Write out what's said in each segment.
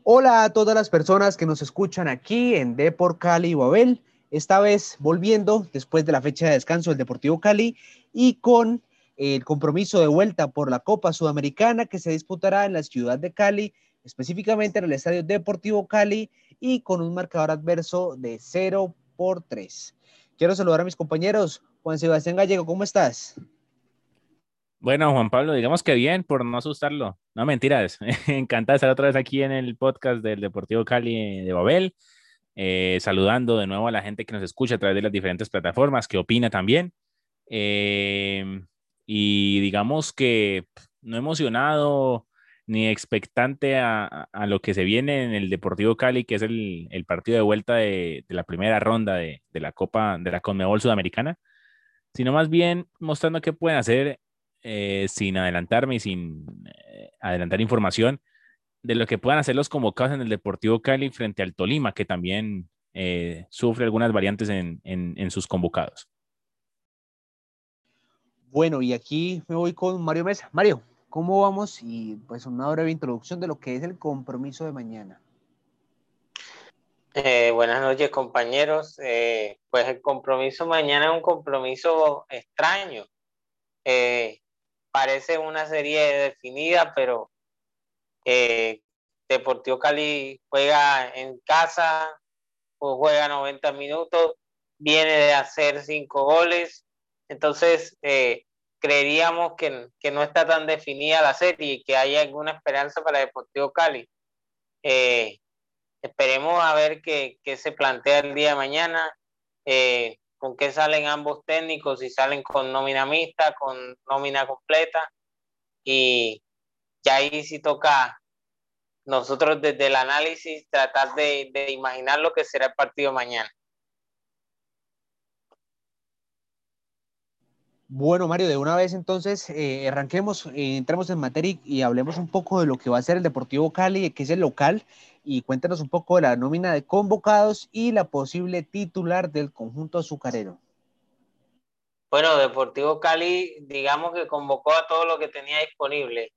Hola a todas las personas que nos escuchan aquí en Depor Cali y Babel, esta vez volviendo después de la fecha de descanso del Deportivo Cali y con el compromiso de vuelta por la Copa Sudamericana que se disputará en la ciudad de Cali, específicamente en el Estadio Deportivo Cali y con un marcador adverso de 0-3. Quiero saludar a mis compañeros. Juan Sebastián Gallego, ¿cómo estás? Bueno, Juan Pablo, digamos que bien, por no asustarlo. No, mentiras. Encantado de estar otra vez aquí en el podcast del Deportivo Cali de Babel, saludando de nuevo a la gente que nos escucha a través de las diferentes plataformas, que opina también. Eh, y digamos que no emocionado ni expectante a lo que se viene en el Deportivo Cali, que es el partido de vuelta de la primera ronda de la Copa de la Conmebol Sudamericana, sino más bien mostrando qué pueden hacer sin adelantarme y sin adelantar información de lo que puedan hacer los convocados en el Deportivo Cali frente al Tolima, que también sufre algunas variantes en sus convocados. Bueno, y aquí me voy con Mario Mesa. Mario, ¿cómo vamos? Y pues una breve introducción de lo que es el compromiso de mañana. Buenas noches, compañeros. Pues el compromiso mañana es un compromiso extraño. Eh, Parece una serie definida, pero eh, Deportivo Cali juega en casa, pues juega 90 minutos, viene de hacer 5 goles. Entonces, creeríamos que no está tan definida la serie y que hay alguna esperanza para Deportivo Cali. Eh, Esperemos a ver qué se plantea el día de mañana, con qué salen ambos técnicos, si salen con nómina mixta, con nómina completa, y ya ahí sí toca nosotros desde el análisis tratar de imaginar lo que será el partido mañana. Bueno, Mario, de una vez entonces arranquemos, entremos en materia y hablemos un poco de lo que va a ser el Deportivo Cali, que es el local, y cuéntanos un poco de la nómina de convocados y la posible titular del conjunto azucarero. Bueno, Deportivo Cali, digamos que convocó a todo lo que tenía disponible.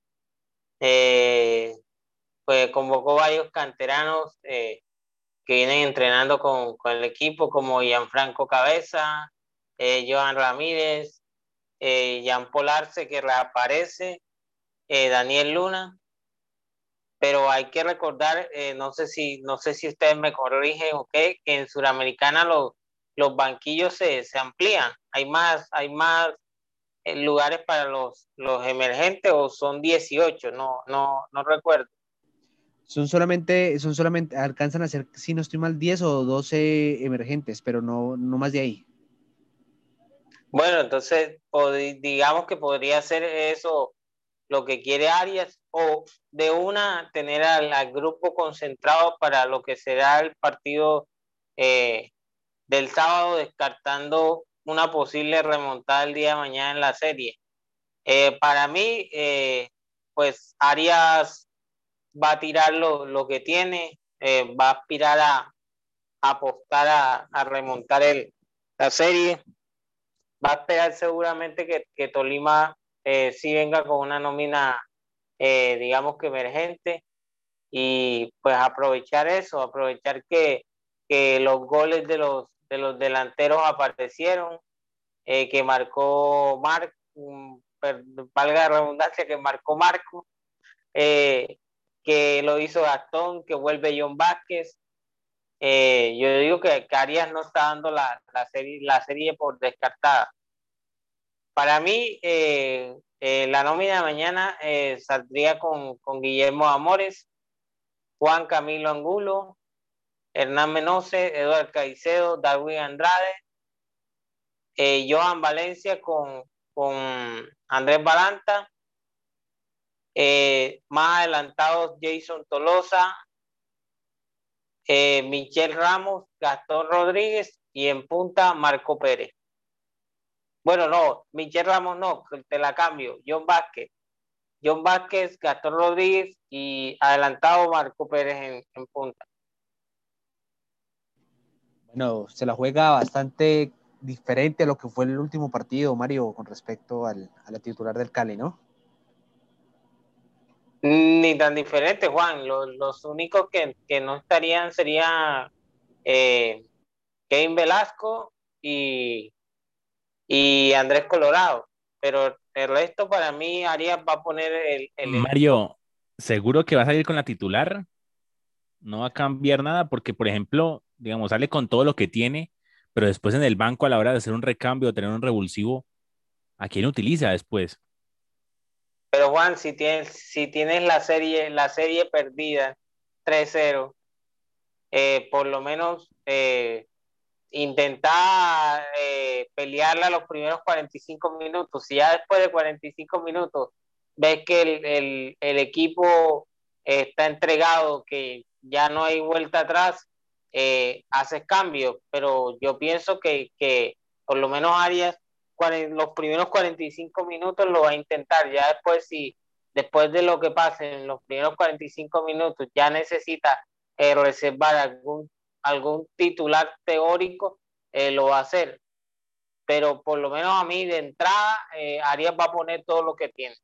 Eh, pues convocó varios canteranos que vienen entrenando con el equipo, como Gianfranco Cabeza, Johan Ramírez, Jean Paul Arce, que reaparece, Daniel Luna, pero hay que recordar, no sé si ustedes me corrigen o qué, que en Suramericana los banquillos se amplían, hay más lugares para los emergentes, o son 18, no recuerdo. Son solamente, alcanzan a ser, si no estoy mal, 10 o 12 emergentes, pero no más de ahí. Bueno, entonces digamos que podría ser eso lo que quiere Arias, o de una tener al grupo concentrado para lo que será el partido eh, del sábado, descartando una posible remontada el día de mañana en la serie. Para mí, pues Arias va a tirar lo que tiene, va a aspirar a apostar a remontar la serie. Va a esperar seguramente que Tolima sí venga con una nómina, digamos que emergente, y pues aprovechar eso, aprovechar que los goles de los delanteros aparecieron, que marcó valga la redundancia, que marcó Marco, eh, que lo hizo Gastón, que vuelve John Vázquez. Yo digo que Arias no está dando la serie por descartada. Para mí, la nómina de mañana saldría con Guillermo Amores, Juan Camilo Angulo, Hernán Menose, Eduardo Caicedo, Darwin Andrade, Johan Valencia con Andrés Balanta, más adelantados Jason Tolosa, Michel Ramos, Gastón Rodríguez, y en punta Marco Pérez. Bueno, no, Michel Ramos no, te la cambio, John Vázquez, Gastón Rodríguez, y adelantado Marco Pérez en punta. Bueno, se la juega bastante diferente a lo que fue el último partido, Mario, con respecto a la titular del Cali, ¿no? Ni tan diferente, Juan. Los únicos que no estarían serían Kevin Velasco y Andrés Colorado. Pero el resto, para mí, Arias va a poner el equipo. Mario, ¿seguro que va a salir con la titular? No va a cambiar nada porque, por ejemplo, digamos, sale con todo lo que tiene, pero después en el banco a la hora de hacer un recambio o tener un revulsivo, ¿a quién utiliza después? Pero Juan, si tienes la serie perdida 3-0, por lo menos intentar pelearla los primeros 45 minutos. Si ya después de 45 minutos ves que el equipo está entregado, que ya no hay vuelta atrás, haces cambios. Pero yo pienso que por lo menos Arias los primeros 45 minutos lo va a intentar. Ya después, si después de lo que pase en los primeros 45 minutos ya necesita reservar algún titular teórico, lo va a hacer. Pero por lo menos a mí de entrada, Arias va a poner todo lo que tiene.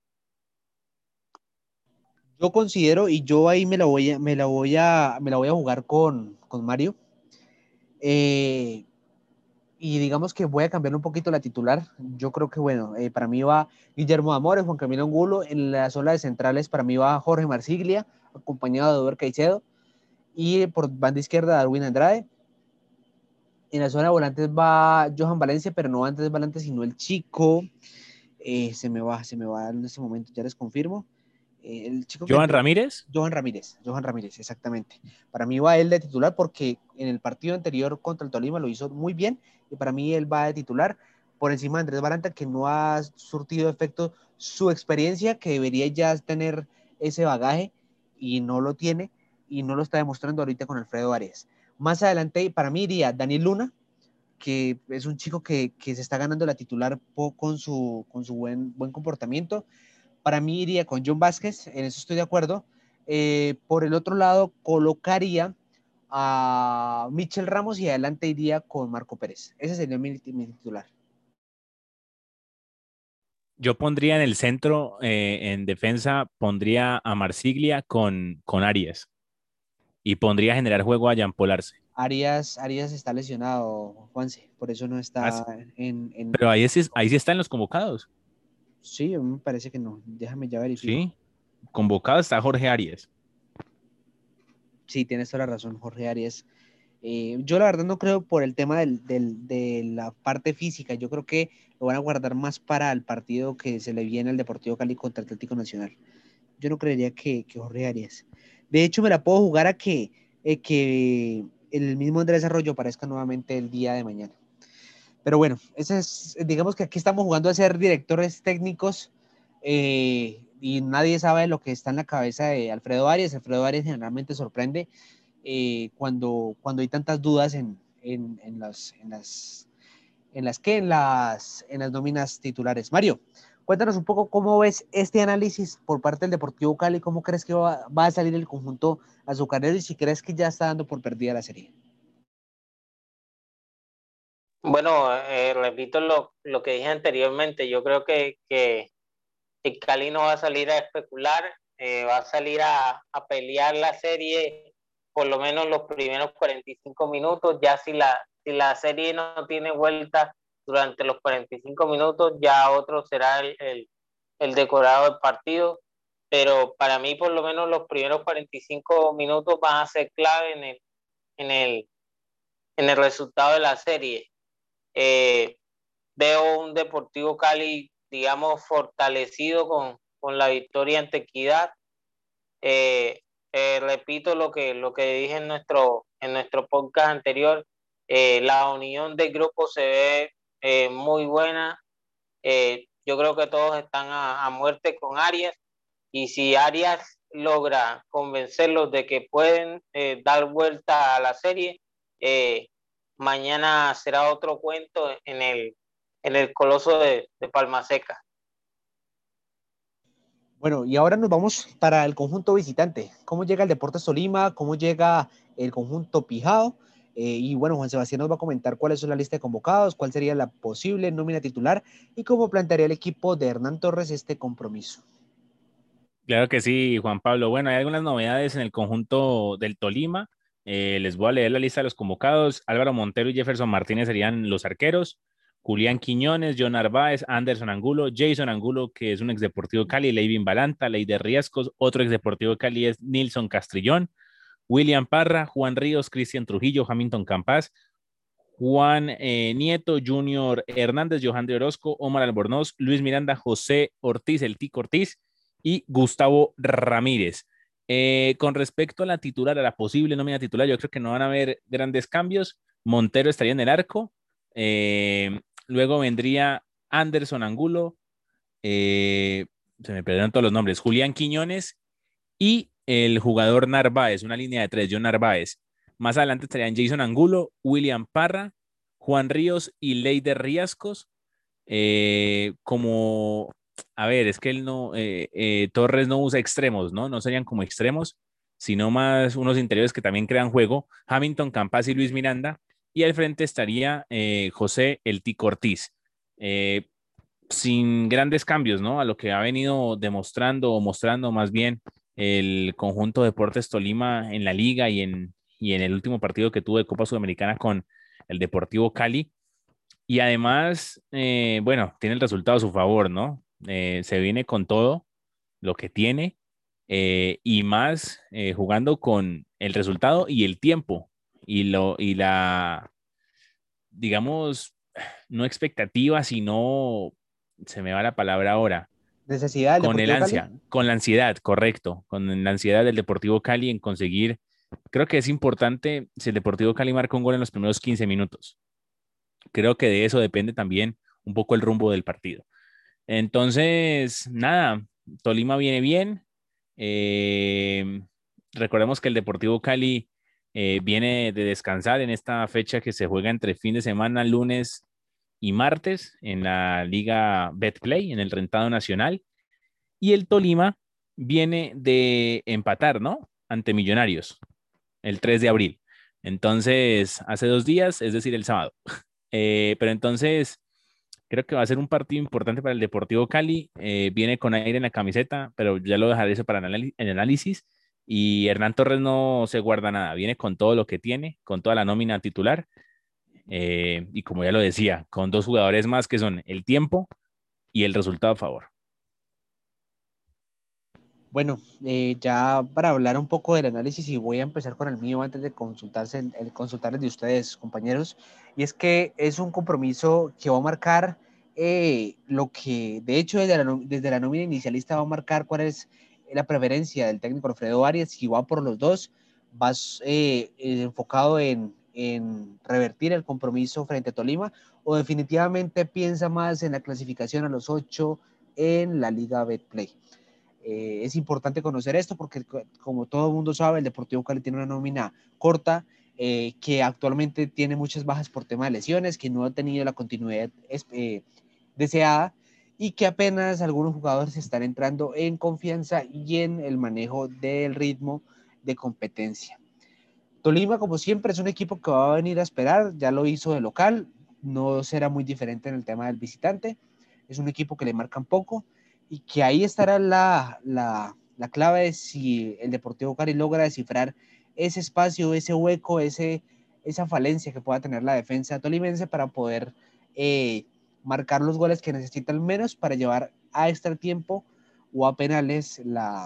Yo considero, y yo ahí me la voy a jugar con Mario. Eh, y digamos que voy a cambiar un poquito la titular. Yo creo que, bueno, para mí va Guillermo Amores, Juan Camilo Angulo. En la zona de centrales, para mí va Jorge Marsiglia, acompañado de Ober Caicedo. Y por banda izquierda, Darwin Andrade. En la zona de volantes va Johan Valencia, pero no antes Valente, sino el chico. Se me va en este momento, ya les confirmo. El chico que ¿Joan entró, Ramírez? Johan Ramírez, exactamente. Para mí va él de titular porque en el partido anterior contra el Tolima lo hizo muy bien y para mí él va de titular por encima de Andrés Balanta, que no ha surtido efecto su experiencia, que debería ya tener ese bagaje y no lo tiene y no lo está demostrando ahorita con Alfredo Arias. Más adelante, para mí iría Daniel Luna, que es un chico que se está ganando la titular con su buen comportamiento. Para mí iría con John Vázquez, en eso estoy de acuerdo. Por el otro lado, colocaría a Michel Ramos y adelante iría con Marco Pérez. Ese sería mi titular. Yo pondría en el centro, en defensa, pondría a Marsiglia con Arias y pondría a generar juego a Jean Paul Arce. Arias está lesionado, Juanse, por eso no Ah, está sí. en. Pero ahí sí están los convocados. Sí, me parece que no. Déjame ya verifico. Sí, convocado está Jorge Arias. Sí, tienes toda la razón, Jorge Arias. Yo la verdad no creo por el tema de la parte física. Yo creo que lo van a guardar más para el partido que se le viene al Deportivo Cali contra Atlético Nacional. Yo no creería que Jorge Arias. De hecho, me la puedo jugar a que el mismo Andrés Arroyo aparezca nuevamente el día de mañana. Pero bueno, digamos que aquí estamos jugando a ser directores técnicos y nadie sabe lo que está en la cabeza de Alfredo Arias. Alfredo Arias generalmente sorprende cuando hay tantas dudas en las nóminas titulares. Mario, cuéntanos un poco cómo ves este análisis por parte del Deportivo Cali, cómo crees que va a salir el conjunto azucarero y si crees que ya está dando por perdida la serie. Bueno, repito lo que dije anteriormente. Yo creo que el Cali no va a salir a especular, va a salir a pelear la serie por lo menos los primeros 45 minutos. Ya si la serie no tiene vuelta durante los 45 minutos, ya otro será el decorado del partido. Pero para mí, por lo menos, los primeros 45 minutos van a ser clave en el, en el resultado de la serie. Eh, Veo un Deportivo Cali, digamos, fortalecido con la victoria ante Equidad. Eh, Repito lo que dije en nuestro podcast anterior. La unión del grupo se ve muy buena. Yo creo que todos están a muerte con Arias, y si Arias logra convencerlos de que pueden dar vuelta a la serie, eh, mañana será otro cuento en el Coloso de Palma Seca. Bueno, y ahora nos vamos para el conjunto visitante. ¿Cómo llega el Deportes Tolima? ¿Cómo llega el conjunto Pijao? Y bueno, Juan Sebastián nos va a comentar cuál es la lista de convocados, cuál sería la posible nómina titular y cómo plantearía el equipo de Hernán Torres este compromiso. Claro que sí, Juan Pablo. Bueno, hay algunas novedades en el conjunto del Tolima. Les voy a leer la lista de los convocados. Álvaro Montero y Jefferson Martínez serían los arqueros. Julián Quiñones, John Narváez, Anderson Angulo, Jason Angulo, que es un ex Deportivo Cali, Leivin Balanta, Leider Riascos, otro ex Deportivo Cali es Nilson Castrillón, William Parra, Juan Ríos, Cristian Trujillo, Hamilton Campas, Juan Nieto, Junior Hernández, Johan de Orozco, Omar Albornoz, Luis Miranda, José Ortiz, el Tico Ortiz y Gustavo Ramírez. Con respecto a la titular, a la posible nómina titular, yo creo que no van a haber grandes cambios. Montero estaría en el arco. Luego vendría Anderson Angulo. eh, Se me perdieron todos los nombres. Julián Quiñones y el jugador Narváez, una línea de tres, John Narváez. Más adelante estarían Jason Angulo, William Parra, Juan Ríos y Leider Riascos. Como, a ver, es que él no, Torres no usa extremos, ¿no? No serían como extremos, sino más unos interiores que también crean juego. Hamilton Campas y Luis Miranda. Y al frente estaría José El Tico Ortiz. Eh, Sin grandes cambios, ¿no? A lo que ha venido demostrando o mostrando más bien el conjunto Deportes Tolima en la liga y en el último partido que tuvo de Copa Sudamericana con el Deportivo Cali. Y además, bueno, tiene el resultado a su favor, ¿no? Se viene con todo lo que tiene y más jugando con el resultado y el tiempo y la, digamos, no expectativa, sino, se me va la palabra ahora, Necesidad del con el Deportivo Cali. ansia, con la ansiedad, correcto, con la ansiedad del Deportivo Cali en conseguir, creo que es importante si el Deportivo Cali marca un gol en los primeros 15 minutos. Creo que de eso depende también un poco el rumbo del partido. Entonces, nada, Tolima viene bien. Eh, Recordemos que el Deportivo Cali viene de descansar en esta fecha que se juega entre fin de semana, lunes y martes en la Liga Betplay, en el Rentado Nacional. Y el Tolima viene de empatar, ¿no? Ante Millonarios, el 3 de abril. Entonces, hace 2 días, es decir, el sábado. Pero entonces, creo que va a ser un partido importante para el Deportivo Cali. Viene con aire en la camiseta, pero ya lo dejaré eso para el análisis. Y Hernán Torres no se guarda nada, viene con todo lo que tiene, con toda la nómina titular. Y como ya lo decía, con dos jugadores más que son el tiempo y el resultado a favor. Bueno, ya para hablar un poco del análisis y voy a empezar con el mío antes de consultarles de ustedes, compañeros, y es que es un compromiso que va a marcar lo que, de hecho, desde la nómina inicialista va a marcar cuál es la preferencia del técnico Alfredo Arias, si va por los dos, vas enfocado en revertir el compromiso frente a Tolima o definitivamente piensa más en la clasificación a los 8 en la Liga Betplay. Es importante conocer esto porque, como todo el mundo sabe, el Deportivo Cali tiene una nómina corta, que actualmente tiene muchas bajas por tema de lesiones, que no ha tenido la continuidad deseada y que apenas algunos jugadores están entrando en confianza y en el manejo del ritmo de competencia. Tolima, como siempre, es un equipo que va a venir a esperar, ya lo hizo de local, no será muy diferente en el tema del visitante, es un equipo que le marcan poco y que ahí estará la clave de si el Deportivo Cali logra descifrar ese espacio, ese hueco, esa falencia que pueda tener la defensa tolimense para poder marcar los goles que necesitan menos para llevar a extra tiempo o a penales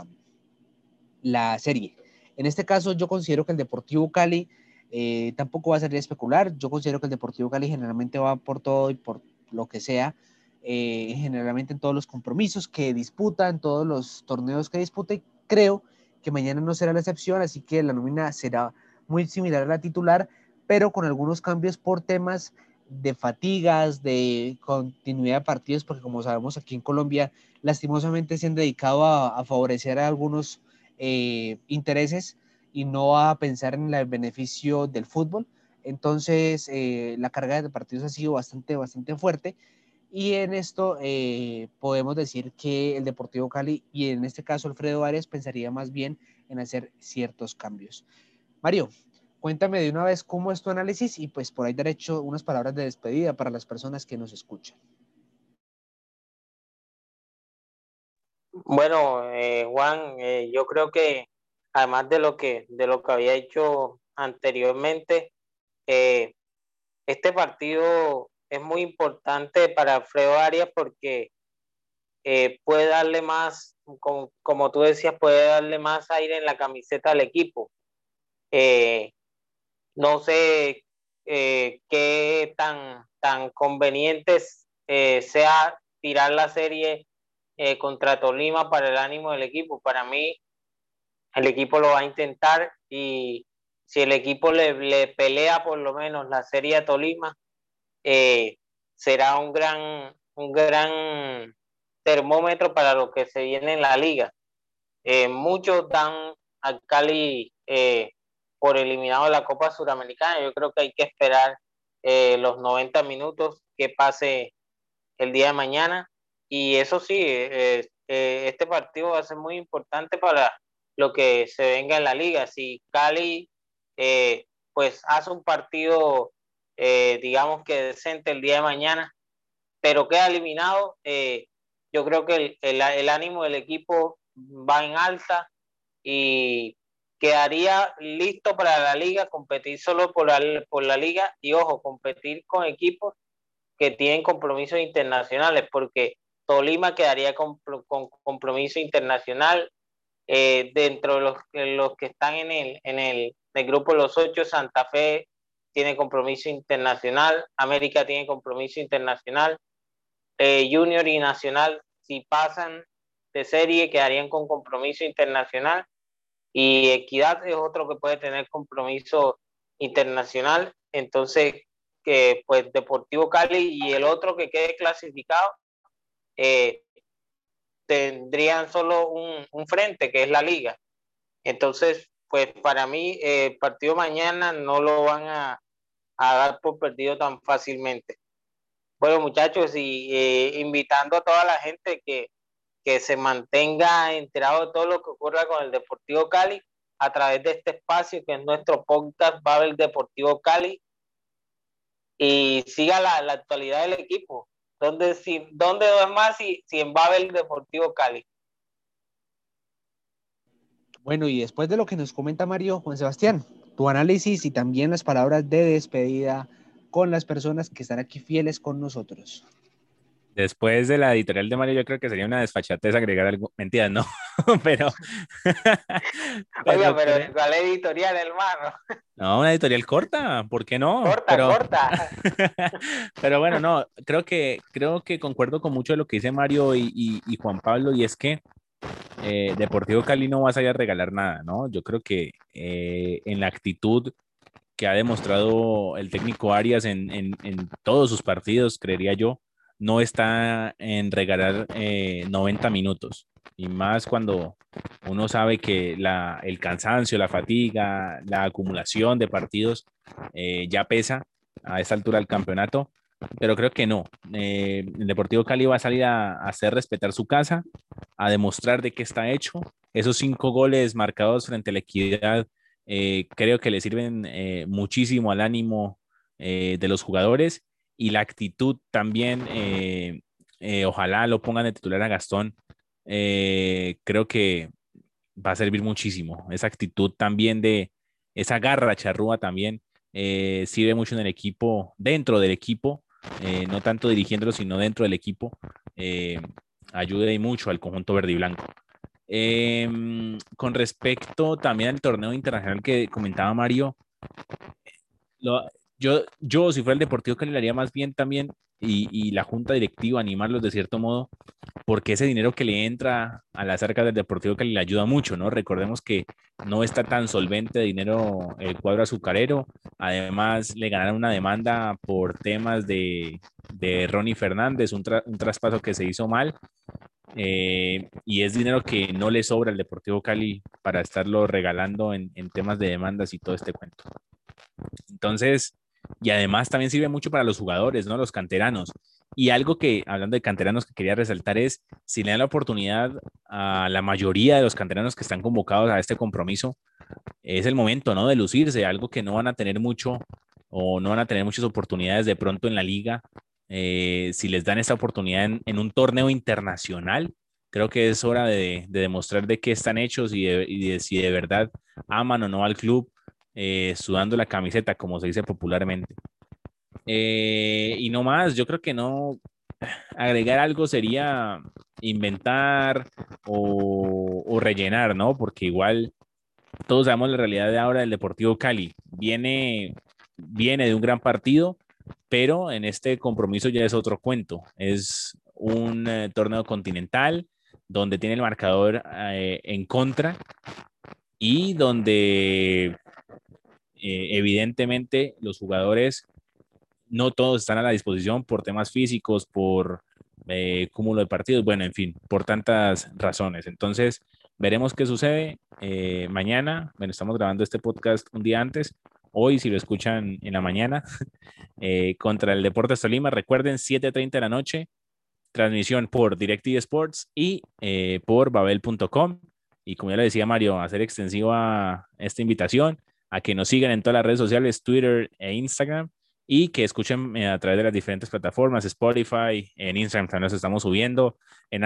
la serie. En este caso, yo considero que el Deportivo Cali tampoco va a salir a especular. Yo considero que el Deportivo Cali generalmente va por todo y por lo que sea, generalmente en todos los compromisos que disputa, en todos los torneos que disputa, y creo que mañana no será la excepción, así que la nómina será muy similar a la titular, pero con algunos cambios por temas de fatigas, de continuidad de partidos, porque como sabemos aquí en Colombia, lastimosamente se han dedicado a favorecer a algunos intereses y no a pensar en el beneficio del fútbol. Entonces, la carga de partidos ha sido bastante fuerte y en esto podemos decir que el Deportivo Cali y en este caso Alfredo Arias pensaría más bien en hacer ciertos cambios. Mario, cuéntame de una vez cómo es tu análisis y pues por ahí derecho unas palabras de despedida para las personas que nos escuchan. Bueno, Juan, yo creo que además de lo que había hecho anteriormente, eh, este partido es muy importante para Alfredo Arias porque puede darle más, como tú decías, puede darle más aire en la camiseta al equipo. Eh, no sé qué tan conveniente sea tirar la serie contra Tolima para el ánimo del equipo. Para mí, el equipo lo va a intentar y si el equipo le pelea por lo menos la serie a Tolima, eh, será un gran termómetro para lo que se viene en la liga. Muchos dan al Cali por eliminado de la Copa Suramericana. Yo creo que hay que esperar los 90 minutos que pase el día de mañana. Y eso sí, este partido va a ser muy importante para lo que se venga en la liga. Si Cali eh, pues hace un partido, digamos que decente el día de mañana, pero queda eliminado, yo creo que el ánimo del equipo va en alza y quedaría listo para la liga, competir solo por la liga y ojo, competir con equipos que tienen compromisos internacionales, porque Tolima quedaría con compromiso internacional. Dentro de los que están en el grupo de los 8, Santa Fe tiene compromiso internacional, América tiene compromiso internacional, Junior y Nacional, si pasan de serie, quedarían con compromiso internacional, y Equidad es otro que puede tener compromiso internacional. Entonces, pues Deportivo Cali y el otro que quede clasificado eh, tendrían solo un frente, que es la liga. Entonces, pues para mí, el partido mañana no lo van a dar por perdido tan fácilmente. Bueno, muchachos, y invitando a toda la gente que se mantenga enterado de todo lo que ocurra con el Deportivo Cali a través de este espacio que es nuestro podcast Babel Deportivo Cali, y siga la actualidad del equipo. ¿Dónde es más si en Babel Deportivo Cali? Bueno, y después de lo que nos comenta Mario, Juan Sebastián, tu análisis y también las palabras de despedida con las personas que están aquí fieles con nosotros. Después de la editorial de Mario, yo creo que sería una desfachatez agregar algo. Mentiras, no, pero, Oiga, pero pero creo. ¿cuál editorial, hermano? No, una editorial corta, ¿por qué no? Corta, corta. Pero bueno, no, creo que concuerdo con mucho de lo que dice Mario y Juan Pablo, y es que Deportivo Cali no va a salir a regalar nada, ¿no? Yo creo que en la actitud que ha demostrado el técnico Arias en todos sus partidos, creería yo, no está en regalar 90 minutos. Y más cuando uno sabe que el cansancio, la fatiga, la acumulación de partidos ya pesa a esta altura del campeonato. Pero creo que no. El Deportivo Cali va a salir a hacer respetar su casa, a demostrar de qué está hecho. Esos 5 goles marcados frente a la Equidad creo que le sirven muchísimo al ánimo de los jugadores, y la actitud también. Ojalá lo pongan de titular a Gastón. Creo que va a servir muchísimo. Esa actitud también de esa garra charrúa también sirve mucho en el equipo, dentro del equipo, no tanto dirigiéndolo, sino dentro del equipo. eh, Ayuda y mucho al conjunto verde y blanco. Con respecto también al torneo internacional que comentaba Mario, lo- yo si fuera el Deportivo Cali le haría más bien también, y la junta directiva animarlos de cierto modo, porque ese dinero que le entra a las arcas del Deportivo Cali le ayuda mucho, ¿no? Recordemos que no está tan solvente de dinero el cuadro azucarero. Además, le ganaron una demanda por temas de Ronnie Fernández, un traspaso que se hizo mal, y es dinero que no le sobra al Deportivo Cali para estarlo regalando en temas de demandas y todo este cuento. Entonces, y además también sirve mucho para los jugadores, ¿no? Los canteranos. Y algo que, hablando de canteranos, que quería resaltar es, si le dan la oportunidad a la mayoría de los canteranos que están convocados a este compromiso, es el momento, ¿no? De lucirse, algo que no van a tener mucho o no van a tener muchas oportunidades de pronto en la liga. Si les dan esta oportunidad en un torneo internacional, creo que es hora de demostrar de qué están hechos y de si de verdad aman o no al club, sudando la camiseta, como se dice popularmente. Y no más, yo creo que no agregar algo sería inventar o rellenar, ¿no? Porque igual todos sabemos la realidad de ahora del Deportivo Cali. Viene de un gran partido, pero en este compromiso ya es otro cuento. Es un torneo continental donde tiene el marcador en contra y donde evidentemente los jugadores no todos están a la disposición por temas físicos, por cúmulo de partidos, bueno, en fin, por tantas razones. Entonces, veremos qué sucede mañana. Bueno, estamos grabando este podcast un día antes. Hoy, si lo escuchan en la mañana, contra el Deportes Tolima, recuerden, 7:30 de la noche, transmisión por DirecTV Sports y por babel.com. Y como ya le decía Mario, hacer extensiva esta invitación a que nos sigan en todas las redes sociales, Twitter e Instagram, y que escuchen a través de las diferentes plataformas, Spotify, en Instagram también nos estamos subiendo, en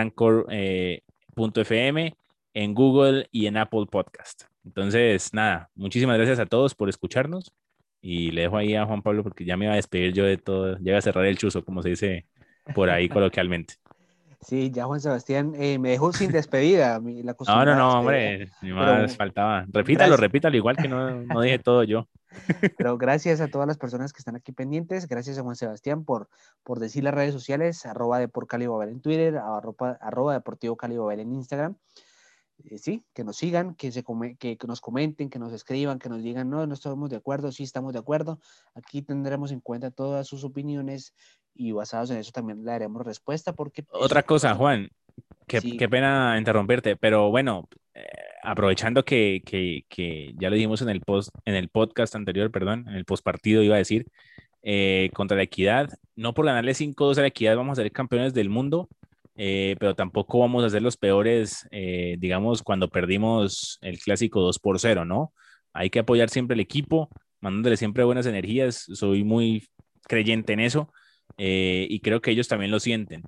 Anchor.fm, en Google y en Apple Podcast. Entonces, nada, muchísimas gracias a todos por escucharnos y le dejo ahí a Juan Pablo porque ya me iba a despedir yo de todo, ya iba a cerrar el chuzo, como se dice por ahí coloquialmente. Sí, ya Juan Sebastián me dejó sin despedida, la No, no, acostumbrada no, despedida, hombre, ni más pero faltaba. Repítalo, gracias, repítalo, igual que no dije todo yo. pero gracias a todas las personas que están aquí pendientes, gracias a Juan Sebastián por decir las redes sociales, @deporcalibabel en Twitter, arroba Deportivo Cali Babel en Instagram. Sí, que nos sigan, que nos comenten, que nos escriban, que nos digan, no estamos de acuerdo, sí estamos de acuerdo. Aquí tendremos en cuenta todas sus opiniones y basados en eso también le daremos respuesta porque eso Otra cosa, cosa, Juan, sí, qué pena interrumpirte, pero bueno, aprovechando que ya lo dijimos en el podcast anterior, perdón, en el postpartido iba a decir, contra la Equidad, no por ganarle 5-2 a la Equidad vamos a ser campeones del mundo, pero tampoco vamos a ser los peores, digamos, cuando perdimos el clásico 2-0, ¿no? Hay que apoyar siempre al equipo, mandándole siempre buenas energías, soy muy creyente en eso, y creo que ellos también lo sienten.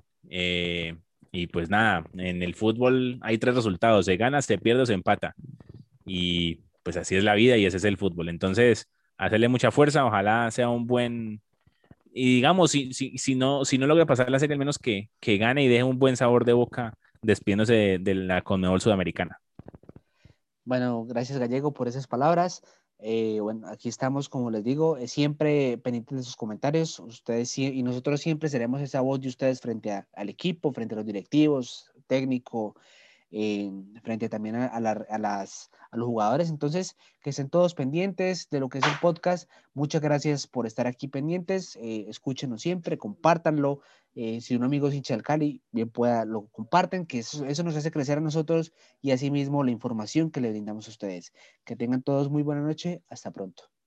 Y pues nada, en el fútbol hay tres resultados: se gana, se pierde o se empata. Y pues así es la vida y ese es el fútbol. Entonces, hacerle mucha fuerza, ojalá sea un buen... Y digamos, si no logra pasar la serie, al menos que gane y deje un buen sabor de boca despidiéndose de la Conmebol Sudamericana. bueno, gracias Gallego por esas palabras. Bueno, aquí estamos, como les digo, siempre pendientes de sus comentarios. Ustedes y nosotros siempre seremos esa voz de ustedes frente al equipo, frente a los directivos, técnico, frente también a los jugadores. Entonces, que estén todos pendientes de lo que es el podcast. Muchas gracias por estar aquí pendientes. Escúchenos siempre, compártanlo. Si un amigo es hincha del Cali, bien pueda, lo comparten, que eso nos hace crecer a nosotros y asimismo la información que le brindamos a ustedes. Que tengan todos muy buena noche. Hasta pronto.